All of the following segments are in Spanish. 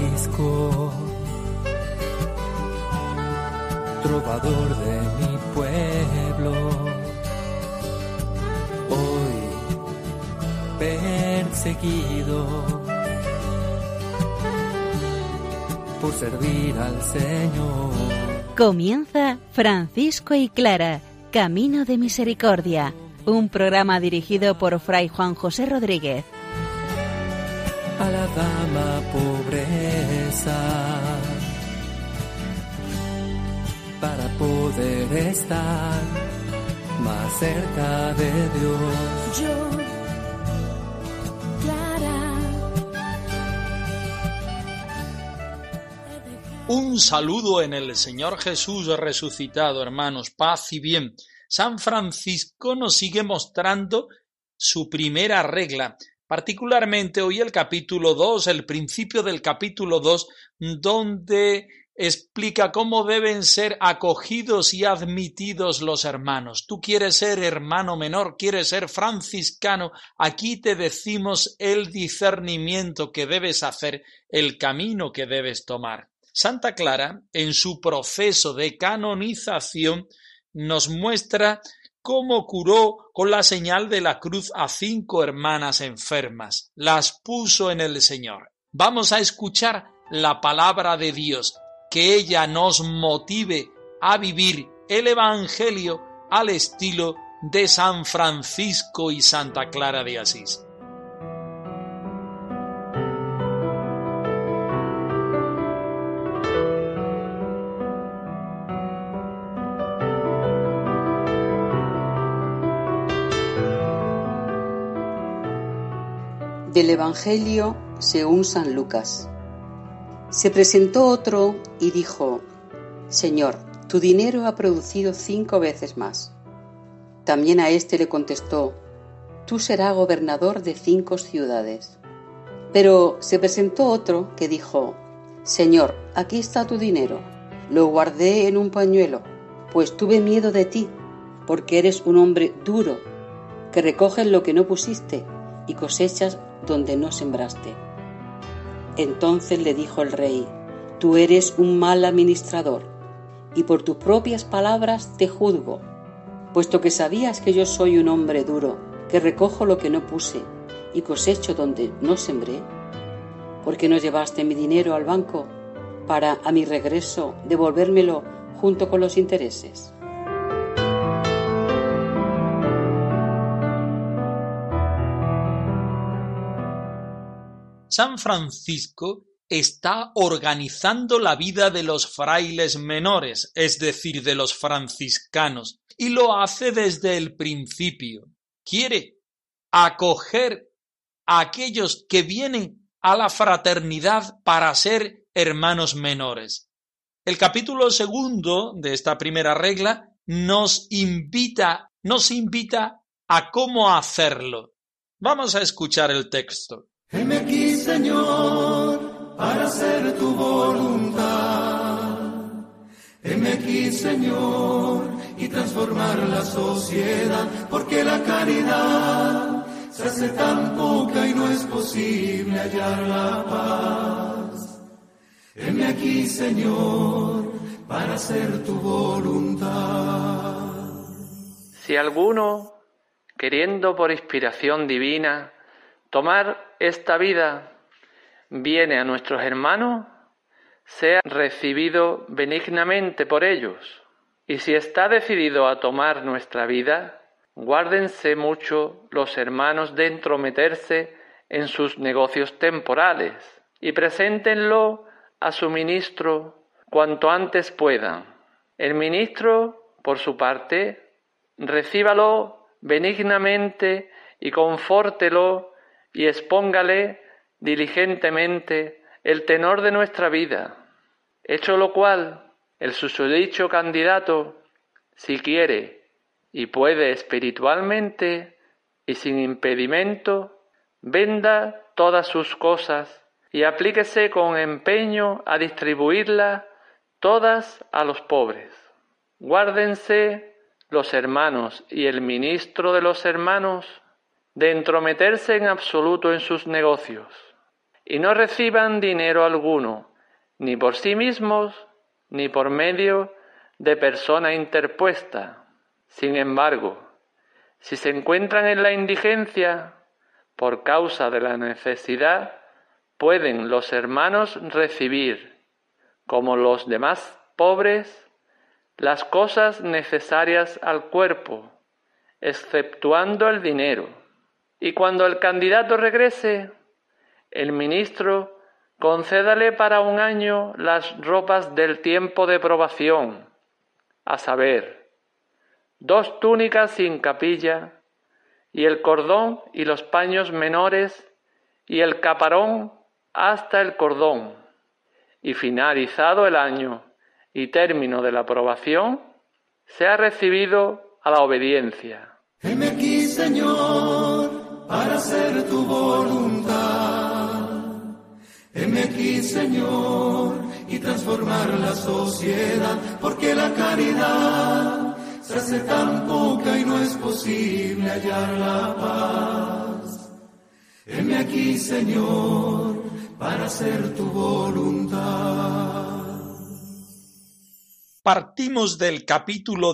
Francisco, trovador de mi pueblo, hoy perseguido por servir al Señor. Comienza Francisco y Clara, Camino de Misericordia, un programa dirigido por Fray Juan José Rodríguez. A la dama pobreza, para poder estar más cerca de Dios. Yo, Clara. Un saludo en el Señor Jesús resucitado, hermanos, paz y bien. San Francisco nos sigue mostrando su primera regla, particularmente hoy el capítulo 2, el principio del capítulo 2, donde explica cómo deben ser acogidos y admitidos los hermanos. Tú quieres ser hermano menor, quieres ser franciscano, aquí te decimos el discernimiento que debes hacer, el camino que debes tomar. Santa Clara, en su proceso de canonización, nos muestra cómo curó con la señal de la cruz a 5 hermanas enfermas. Las puso en el Señor. Vamos a escuchar la palabra de Dios, que ella nos motive a vivir el Evangelio al estilo de San Francisco y Santa Clara de Asís. Del Evangelio según San Lucas. Se presentó otro y dijo: Señor, tu dinero ha producido 5 veces más. También a éste le contestó: Tú serás gobernador de 5 ciudades. Pero se presentó otro que dijo: Señor, aquí está tu dinero. Lo guardé en un pañuelo, pues tuve miedo de ti, porque eres un hombre duro, que recoges lo que no pusiste y cosechas donde no sembraste. Entonces le dijo el rey: Tú eres un mal administrador, y por tus propias palabras te juzgo, puesto que sabías que yo soy un hombre duro, que recojo lo que no puse y cosecho donde no sembré. ¿Por qué no llevaste mi dinero al banco para, a mi regreso, devolvérmelo junto con los intereses? San Francisco está organizando la vida de los frailes menores, es decir, de los franciscanos, y lo hace desde el principio. Quiere acoger a aquellos que vienen a la fraternidad para ser hermanos menores. El capítulo 2 de esta primera regla nos invita a cómo hacerlo. Vamos a escuchar el texto. Heme aquí, Señor, para hacer tu voluntad. Heme aquí, Señor, y transformar la sociedad, porque la caridad se hace tan poca y no es posible hallar la paz. Heme aquí, Señor, para hacer tu voluntad. Si alguno, queriendo por inspiración divina tomar esta vida, viene a nuestros hermanos, sea recibido benignamente por ellos. Y si está decidido a tomar nuestra vida, guárdense mucho los hermanos de entrometerse en sus negocios temporales y preséntenlo a su ministro cuanto antes puedan. El ministro, por su parte, recíbalo benignamente y confórtelo y expóngale diligentemente el tenor de nuestra vida, hecho lo cual, el susodicho candidato, si quiere y puede espiritualmente y sin impedimento, venda todas sus cosas y aplíquese con empeño a distribuirlas todas a los pobres. Guárdense los hermanos y el ministro de los hermanos de entrometerse en absoluto en sus negocios, y no reciban dinero alguno, ni por sí mismos, ni por medio de persona interpuesta. Sin embargo, si se encuentran en la indigencia, por causa de la necesidad, pueden los hermanos recibir, como los demás pobres, las cosas necesarias al cuerpo, exceptuando el dinero. Y cuando el candidato regrese, el ministro concédale para 1 año las ropas del tiempo de probación, a saber, 2 túnicas sin capilla, y el cordón y los paños menores, y el caparón hasta el cordón. Y finalizado el año y término de la probación, se ha recibido a la obediencia. Heme aquí, Señor, para hacer tu voluntad. Heme aquí, Señor, y transformar la sociedad, porque la caridad se hace tan poca y no es posible hallar la paz. Heme aquí, Señor, para hacer tu voluntad. Partimos del capítulo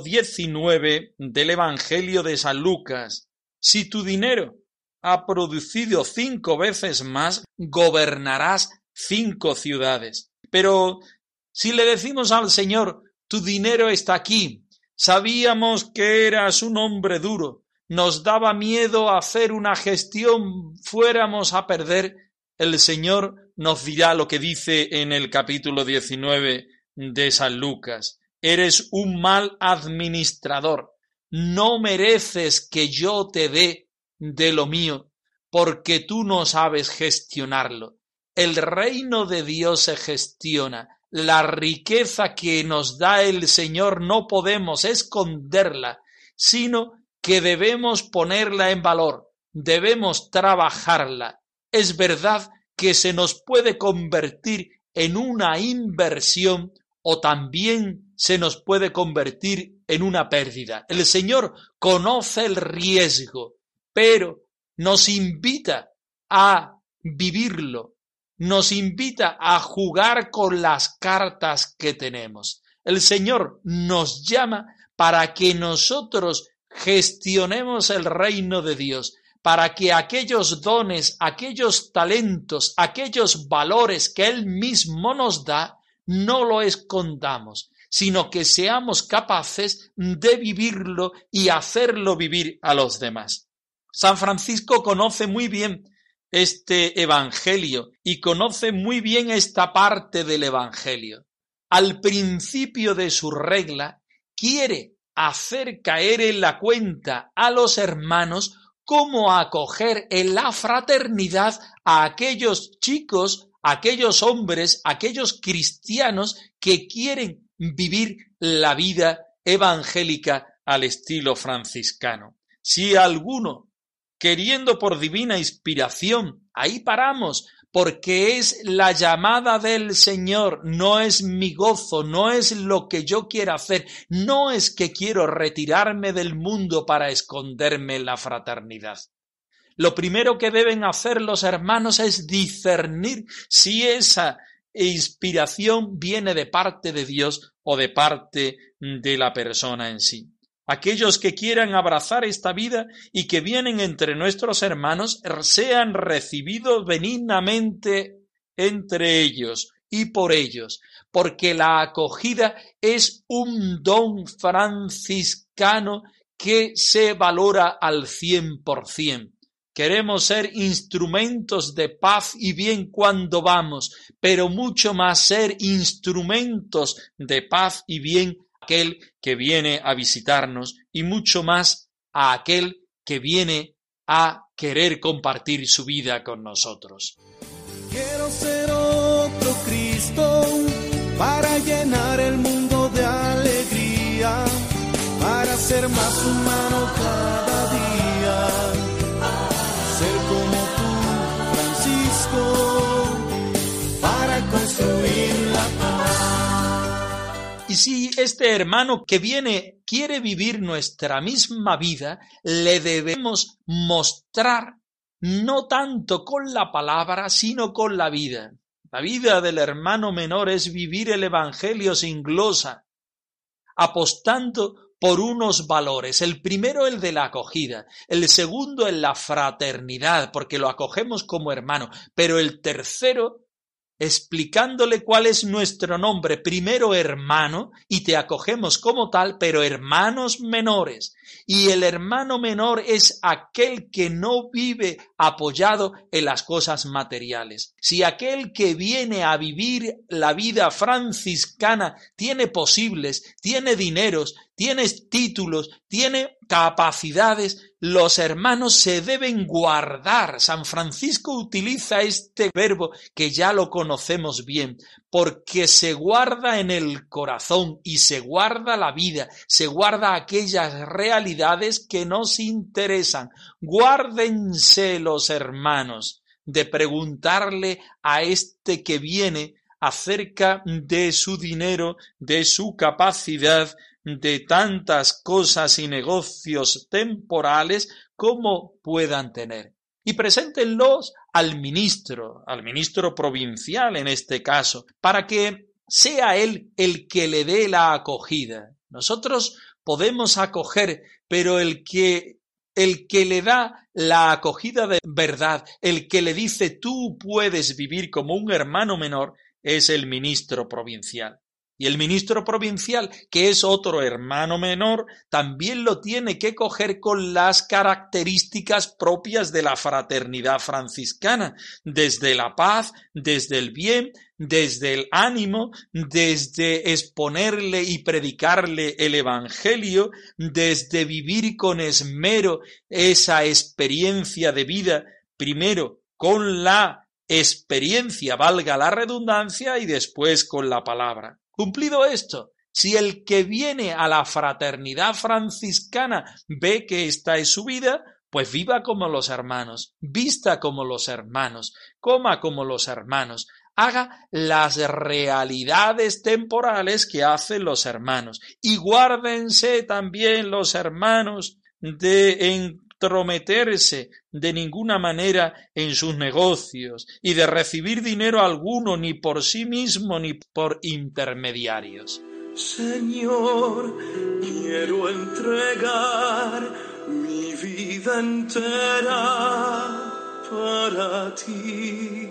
19 del Evangelio de San Lucas. Si tu dinero ha producido 5 veces más, gobernarás 5 ciudades. Pero si le decimos al Señor, tu dinero está aquí, sabíamos que eras un hombre duro, nos daba miedo hacer una gestión, fuéramos a perder, el Señor nos dirá lo que dice en el capítulo 19 de San Lucas. Eres un mal administrador, no mereces que yo te dé de lo mío, porque tú no sabes gestionarlo. El reino de Dios se gestiona. La riqueza que nos da el Señor no podemos esconderla, sino que debemos ponerla en valor, debemos trabajarla. Es verdad que se nos puede convertir en una inversión o también se nos puede convertir en una pérdida. El Señor conoce el riesgo, pero nos invita a vivirlo, nos invita a jugar con las cartas que tenemos. El Señor nos llama para que nosotros gestionemos el reino de Dios, para que aquellos dones, aquellos talentos, aquellos valores que Él mismo nos da, no lo escondamos, sino que seamos capaces de vivirlo y hacerlo vivir a los demás. San Francisco conoce muy bien este evangelio y conoce muy bien esta parte del evangelio. Al principio de su regla, quiere hacer caer en la cuenta a los hermanos cómo acoger en la fraternidad a aquellos chicos, aquellos hombres, aquellos cristianos que quieren vivir la vida evangélica al estilo franciscano. Si alguno, queriendo por divina inspiración, ahí paramos, porque es la llamada del Señor, no es mi gozo, no es lo que yo quiera hacer, no es que quiero retirarme del mundo para esconderme en la fraternidad. Lo primero que deben hacer los hermanos es discernir si esa inspiración viene de parte de Dios o de parte de la persona en sí. Aquellos que quieran abrazar esta vida y que vienen entre nuestros hermanos sean recibidos benignamente entre ellos y por ellos, porque la acogida es un don franciscano que se valora al 100%. Queremos ser instrumentos de paz y bien cuando vamos, pero mucho más ser instrumentos de paz y bien aquel que viene a visitarnos y mucho más a aquel que viene a querer compartir su vida con nosotros. Quiero ser otro Cristo para llenar el mundo de alegría, para ser más humano cada día, ser como tú, Francisco, para construir la paz. Y si este hermano que viene quiere vivir nuestra misma vida, le debemos mostrar no tanto con la palabra, sino con la vida. La vida del hermano menor es vivir el Evangelio sin glosa, apostando por unos valores. El primero, el de la acogida. El segundo, el la fraternidad, porque lo acogemos como hermano. Pero el tercero, explicándole cuál es nuestro nombre. Primero hermano, y te acogemos como tal, pero hermanos menores. Y el hermano menor es aquel que no vive apoyado en las cosas materiales. Si aquel que viene a vivir la vida franciscana tiene posibles, tiene dineros, tiene títulos, tiene capacidades, los hermanos se deben guardar. San Francisco utiliza este verbo que ya lo conocemos bien, porque se guarda en el corazón y se guarda la vida, se guarda aquellas realidades que nos interesan. Guárdense los hermanos de preguntarle a este que viene acerca de su dinero, de su capacidad, de tantas cosas y negocios temporales como puedan tener. Y preséntenlos al ministro provincial en este caso, para que sea él el que le dé la acogida. Nosotros podemos acoger, pero el que le da la acogida de verdad, el que le dice tú puedes vivir como un hermano menor, es el ministro provincial. Y el ministro provincial, que es otro hermano menor, también lo tiene que coger con las características propias de la fraternidad franciscana, desde la paz, desde el bien, desde el ánimo, desde exponerle y predicarle el Evangelio, desde vivir con esmero esa experiencia de vida, primero con la experiencia, valga la redundancia, y después con la palabra. Cumplido esto, si el que viene a la fraternidad franciscana ve que esta es su vida, pues viva como los hermanos, vista como los hermanos, coma como los hermanos, haga las realidades temporales que hacen los hermanos. Y guárdense también los hermanos de entrometerse de ninguna manera en sus negocios y de recibir dinero alguno ni por sí mismo ni por intermediarios. Señor, quiero entregar mi vida entera para ti.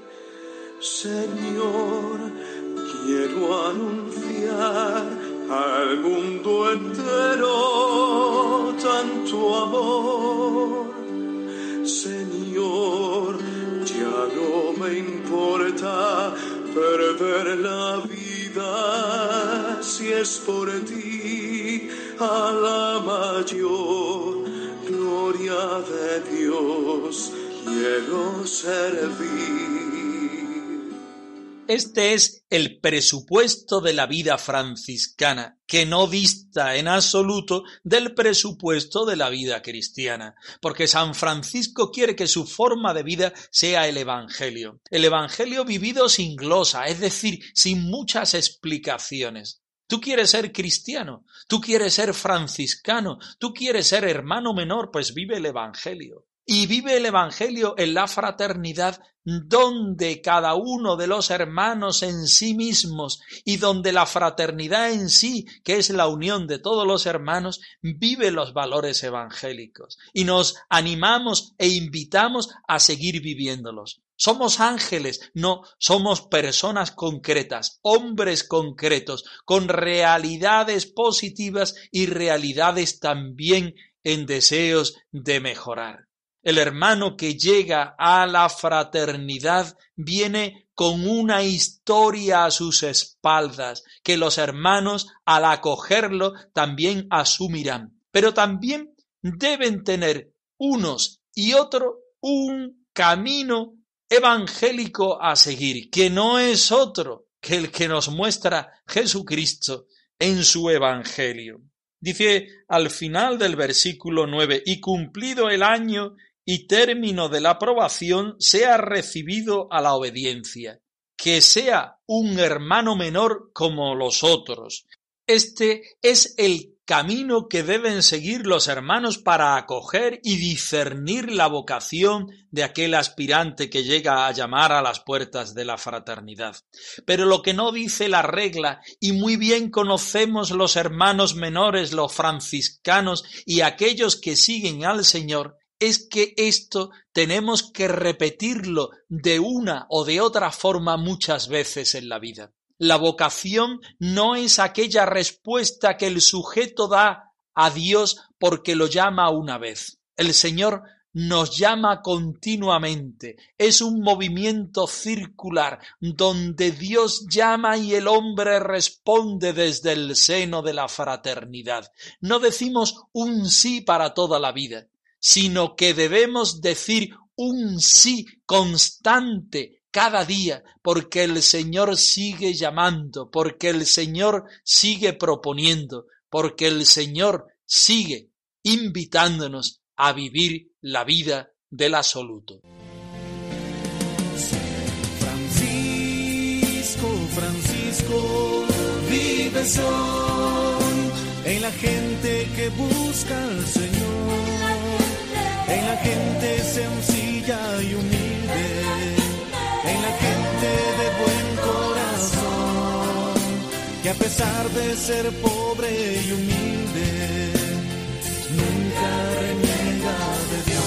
Señor, quiero anunciar al mundo entero tanto amor. Señor, ya no me importa perder la vida si es por ti, a la mayor gloria de Dios quiero servir. Este es el presupuesto de la vida franciscana, que no dista en absoluto del presupuesto de la vida cristiana, porque San Francisco quiere que su forma de vida sea el Evangelio vivido sin glosa, es decir, sin muchas explicaciones. ¿Tú quieres ser cristiano? ¿Tú quieres ser franciscano? ¿Tú quieres ser hermano menor? Pues vive el Evangelio. Y vive el Evangelio en la fraternidad, donde cada uno de los hermanos en sí mismos y donde la fraternidad en sí, que es la unión de todos los hermanos, vive los valores evangélicos. Y nos animamos e invitamos a seguir viviéndolos. Somos ángeles, no, somos personas concretas, hombres concretos, con realidades positivas y realidades también en deseos de mejorar. El hermano que llega a la fraternidad viene con una historia a sus espaldas, que los hermanos al acogerlo también asumirán. Pero también deben tener unos y otros un camino evangélico a seguir, que no es otro que el que nos muestra Jesucristo en su Evangelio. Dice al final del versículo 9, y cumplido el año y término de la aprobación, sea recibido a la obediencia, que sea un hermano menor como los otros. Este es el camino que deben seguir los hermanos para acoger y discernir la vocación de aquel aspirante que llega a llamar a las puertas de la fraternidad. Pero lo que no dice la regla, y muy bien conocemos los hermanos menores, los franciscanos y aquellos que siguen al Señor, es que esto tenemos que repetirlo de una o de otra forma muchas veces en la vida. La vocación no es aquella respuesta que el sujeto da a Dios porque lo llama una vez. El Señor nos llama continuamente. Es un movimiento circular donde Dios llama y el hombre responde desde el seno de la fraternidad. No decimos un sí para toda la vida, sino que debemos decir un sí constante cada día, porque el Señor sigue llamando, porque el Señor sigue proponiendo, porque el Señor sigue invitándonos a vivir la vida del absoluto. Francisco, Francisco, vives hoy en la gente que busca al Señor, en la gente sencilla y humilde, en la gente de buen corazón, que a pesar de ser pobre y humilde, nunca reniega de Dios.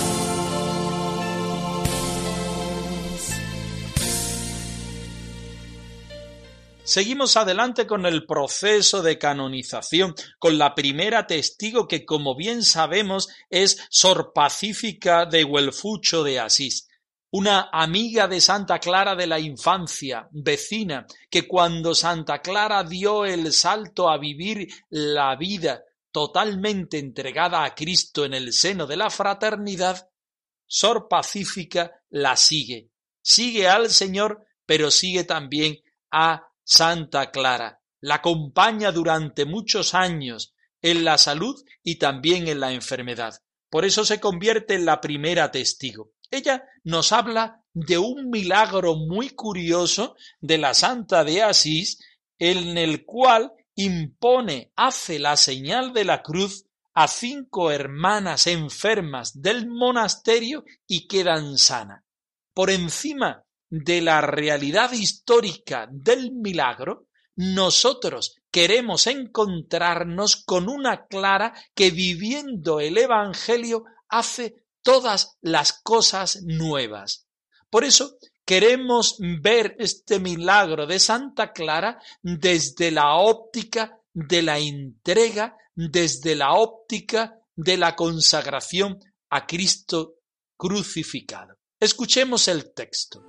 Seguimos adelante con el proceso de canonización, con la primera testigo que, como bien sabemos, es Sor Pacífica de Güelfucho de Asís, una amiga de Santa Clara de la infancia, vecina, que cuando Santa Clara dio el salto a vivir la vida totalmente entregada a Cristo en el seno de la fraternidad, Sor Pacífica la sigue al Señor, pero sigue también a Santa Clara, la acompaña durante muchos años en la salud y también en la enfermedad. Por eso se convierte en la primera testigo. Ella nos habla de un milagro muy curioso de la Santa de Asís, en el cual hace la señal de la cruz a 5 hermanas enfermas del monasterio y quedan sanas. Por encima de la realidad histórica del milagro, nosotros queremos encontrarnos con una Clara que viviendo el Evangelio hace todas las cosas nuevas. Por eso queremos ver este milagro de Santa Clara desde la óptica de la entrega, desde la óptica de la consagración a Cristo crucificado. Escuchemos el texto.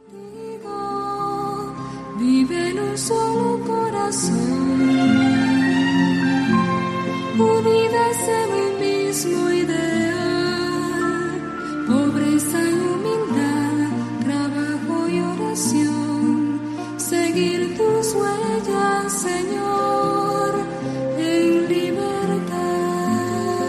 Vive en un solo corazón, unidas en un mismo ideal, pobreza y humildad, trabajo y oración, seguir tus huellas, Señor, en libertad.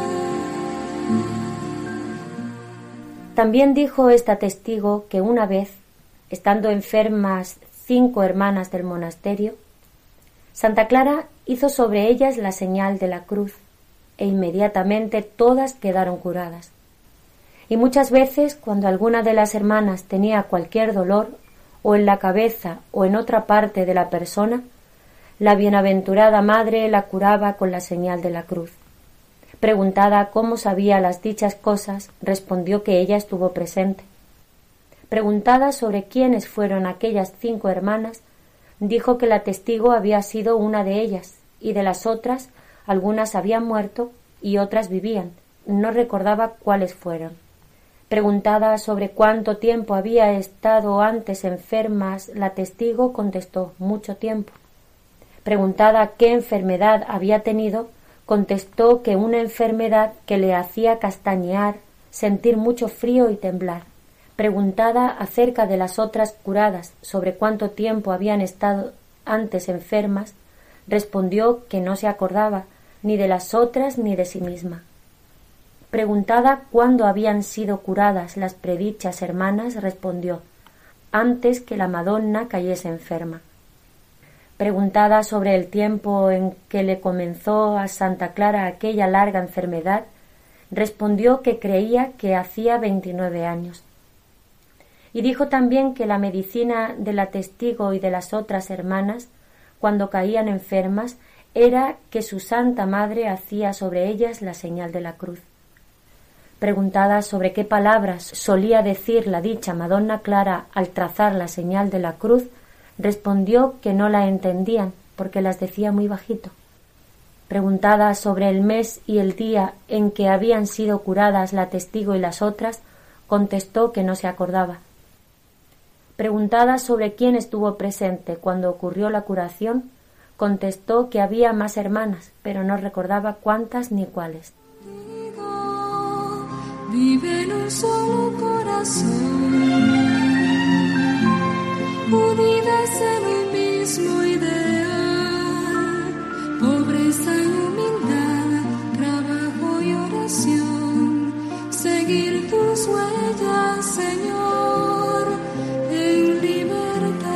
También dijo esta testigo que una vez, estando enfermas 5 hermanas del monasterio, Santa Clara hizo sobre ellas la señal de la cruz e inmediatamente todas quedaron curadas. Y muchas veces, cuando alguna de las hermanas tenía cualquier dolor, o en la cabeza o en otra parte de la persona, la bienaventurada madre la curaba con la señal de la cruz. Preguntada cómo sabía las dichas cosas, respondió que ella estuvo presente. Preguntada sobre quiénes fueron aquellas 5 hermanas, dijo que la testigo había sido una de ellas, y de las otras, algunas habían muerto y otras vivían. No recordaba cuáles fueron. Preguntada sobre cuánto tiempo había estado antes enfermas, la testigo contestó: mucho tiempo. Preguntada qué enfermedad había tenido, contestó que una enfermedad que le hacía castañear, sentir mucho frío y temblar. Preguntada acerca de las otras curadas, sobre cuánto tiempo habían estado antes enfermas, respondió que no se acordaba ni de las otras ni de sí misma. Preguntada cuándo habían sido curadas las predichas hermanas, respondió: antes que la Madonna cayese enferma. Preguntada sobre el tiempo en que le comenzó a Santa Clara aquella larga enfermedad, respondió que creía que hacía 29 años. Y dijo también que la medicina de la testigo y de las otras hermanas, cuando caían enfermas, era que su Santa Madre hacía sobre ellas la señal de la cruz. Preguntada sobre qué palabras solía decir la dicha Madonna Clara al trazar la señal de la cruz, respondió que no la entendían porque las decía muy bajito. Preguntada sobre el mes y el día en que habían sido curadas la testigo y las otras, contestó que no se acordaba. Preguntada sobre quién estuvo presente cuando ocurrió la curación, contestó que había más hermanas, pero no recordaba cuántas ni cuáles. Vive en un solo corazón, unidas en un mismo ideal, pobreza y humildad, trabajo y oración, seguir tus huellas, Señor, en libertad.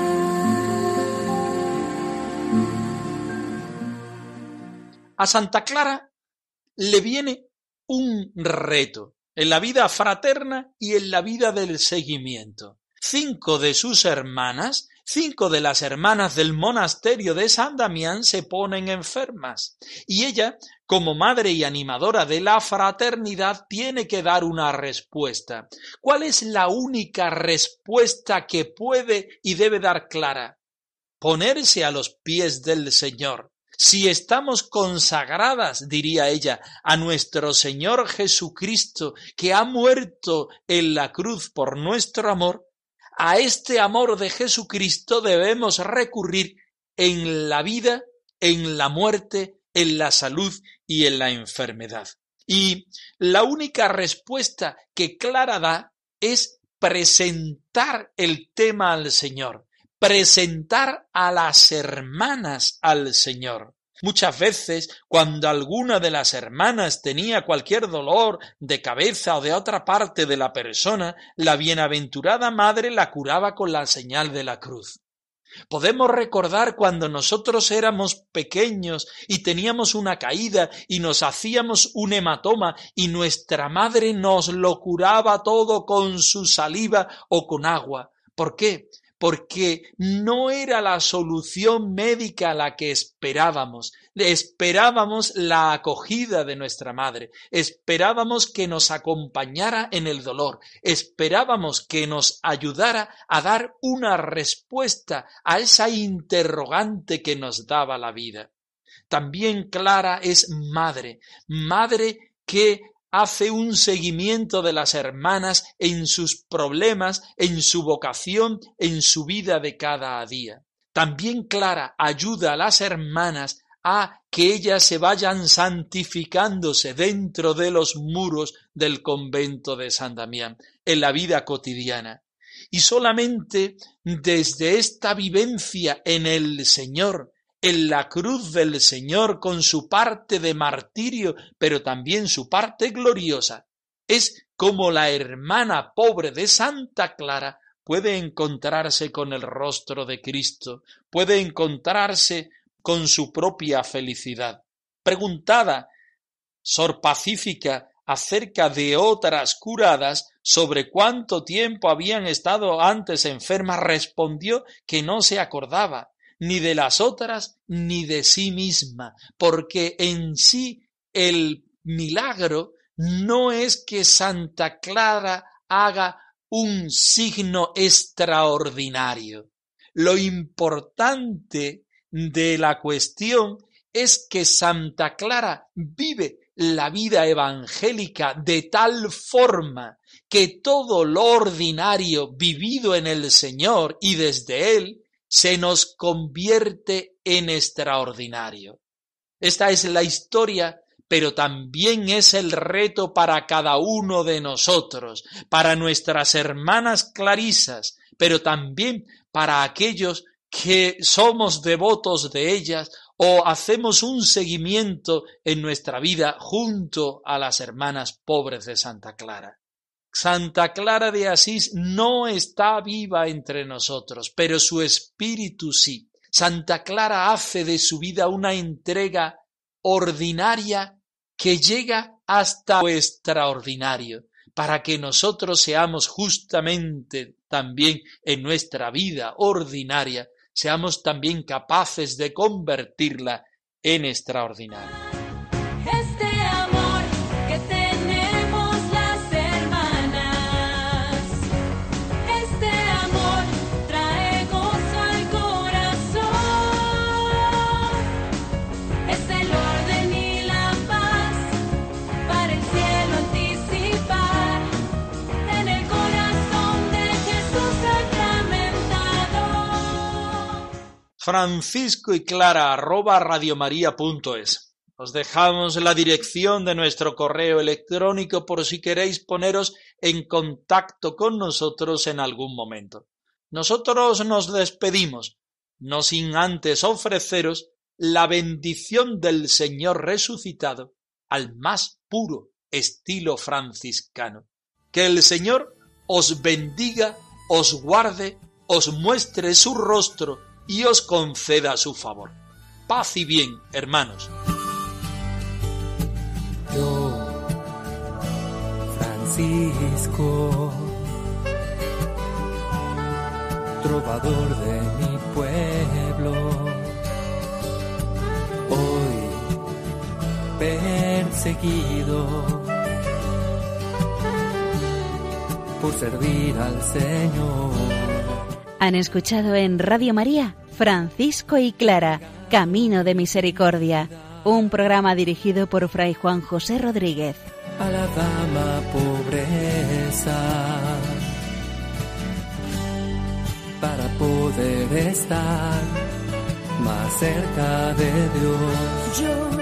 A Santa Clara le viene un reto en la vida fraterna y en la vida del seguimiento. 5 de sus hermanas, 5 de las hermanas del monasterio de San Damián se ponen enfermas y ella, como madre y animadora de la fraternidad, tiene que dar una respuesta. ¿Cuál es la única respuesta que puede y debe dar Clara? Ponerse a los pies del Señor. Si estamos consagradas, diría ella, a nuestro Señor Jesucristo, que ha muerto en la cruz por nuestro amor, a este amor de Jesucristo debemos recurrir en la vida, en la muerte, en la salud y en la enfermedad. Y la única respuesta que Clara da es presentar el tema al Señor. Presentar a las hermanas al Señor. Muchas veces, cuando alguna de las hermanas tenía cualquier dolor de cabeza o de otra parte de la persona, la bienaventurada madre la curaba con la señal de la cruz. Podemos recordar cuando nosotros éramos pequeños y teníamos una caída y nos hacíamos un hematoma y nuestra madre nos lo curaba todo con su saliva o con agua. ¿Por qué? Porque no era la solución médica la que esperábamos. Esperábamos la acogida de nuestra madre, esperábamos que nos acompañara en el dolor, esperábamos que nos ayudara a dar una respuesta a esa interrogante que nos daba la vida. También Clara es madre que hace un seguimiento de las hermanas en sus problemas, en su vocación, en su vida de cada día. También Clara ayuda a las hermanas a que ellas se vayan santificándose dentro de los muros del convento de San Damián, en la vida cotidiana. Y solamente desde esta vivencia en el Señor, en la cruz del Señor, con su parte de martirio, pero también su parte gloriosa, es como la hermana pobre de Santa Clara puede encontrarse con el rostro de Cristo, puede encontrarse con su propia felicidad. Preguntada Sor Pacífica acerca de otras curadas, sobre cuánto tiempo habían estado antes enfermas, respondió que no se acordaba ni de las otras ni de sí misma, porque en sí el milagro no es que Santa Clara haga un signo extraordinario. Lo importante de la cuestión es que Santa Clara vive la vida evangélica de tal forma que todo lo ordinario vivido en el Señor y desde Él se nos convierte en extraordinario. Esta es la historia, pero también es el reto para cada uno de nosotros, para nuestras hermanas clarisas, pero también para aquellos que somos devotos de ellas o hacemos un seguimiento en nuestra vida junto a las hermanas pobres de Santa Clara. Santa Clara de Asís no está viva entre nosotros, pero su espíritu sí. Santa Clara hace de su vida una entrega ordinaria que llega hasta lo extraordinario, para que nosotros seamos justamente también en nuestra vida ordinaria, seamos también capaces de convertirla en extraordinaria. Este amor que tenemos las hermanas, este amor trae gozo al corazón, es el orden y la paz para el cielo anticipar en el corazón de Jesús sacramentado. Francisco y Clara @radiomaria.es. Os dejamos la dirección de nuestro correo electrónico por si queréis poneros en contacto con nosotros en algún momento. Nosotros nos despedimos, no sin antes ofreceros la bendición del Señor resucitado al más puro estilo franciscano. Que el Señor os bendiga, os guarde, os muestre su rostro y os conceda su favor. Paz y bien, hermanos. Yo, Francisco, trovador de mi pueblo, hoy perseguido por servir al Señor. Han escuchado en Radio María Francisco y Clara, Camino de Misericordia, un programa dirigido por Fray Juan José Rodríguez. A la dama pobreza, para poder estar más cerca de Dios. Yo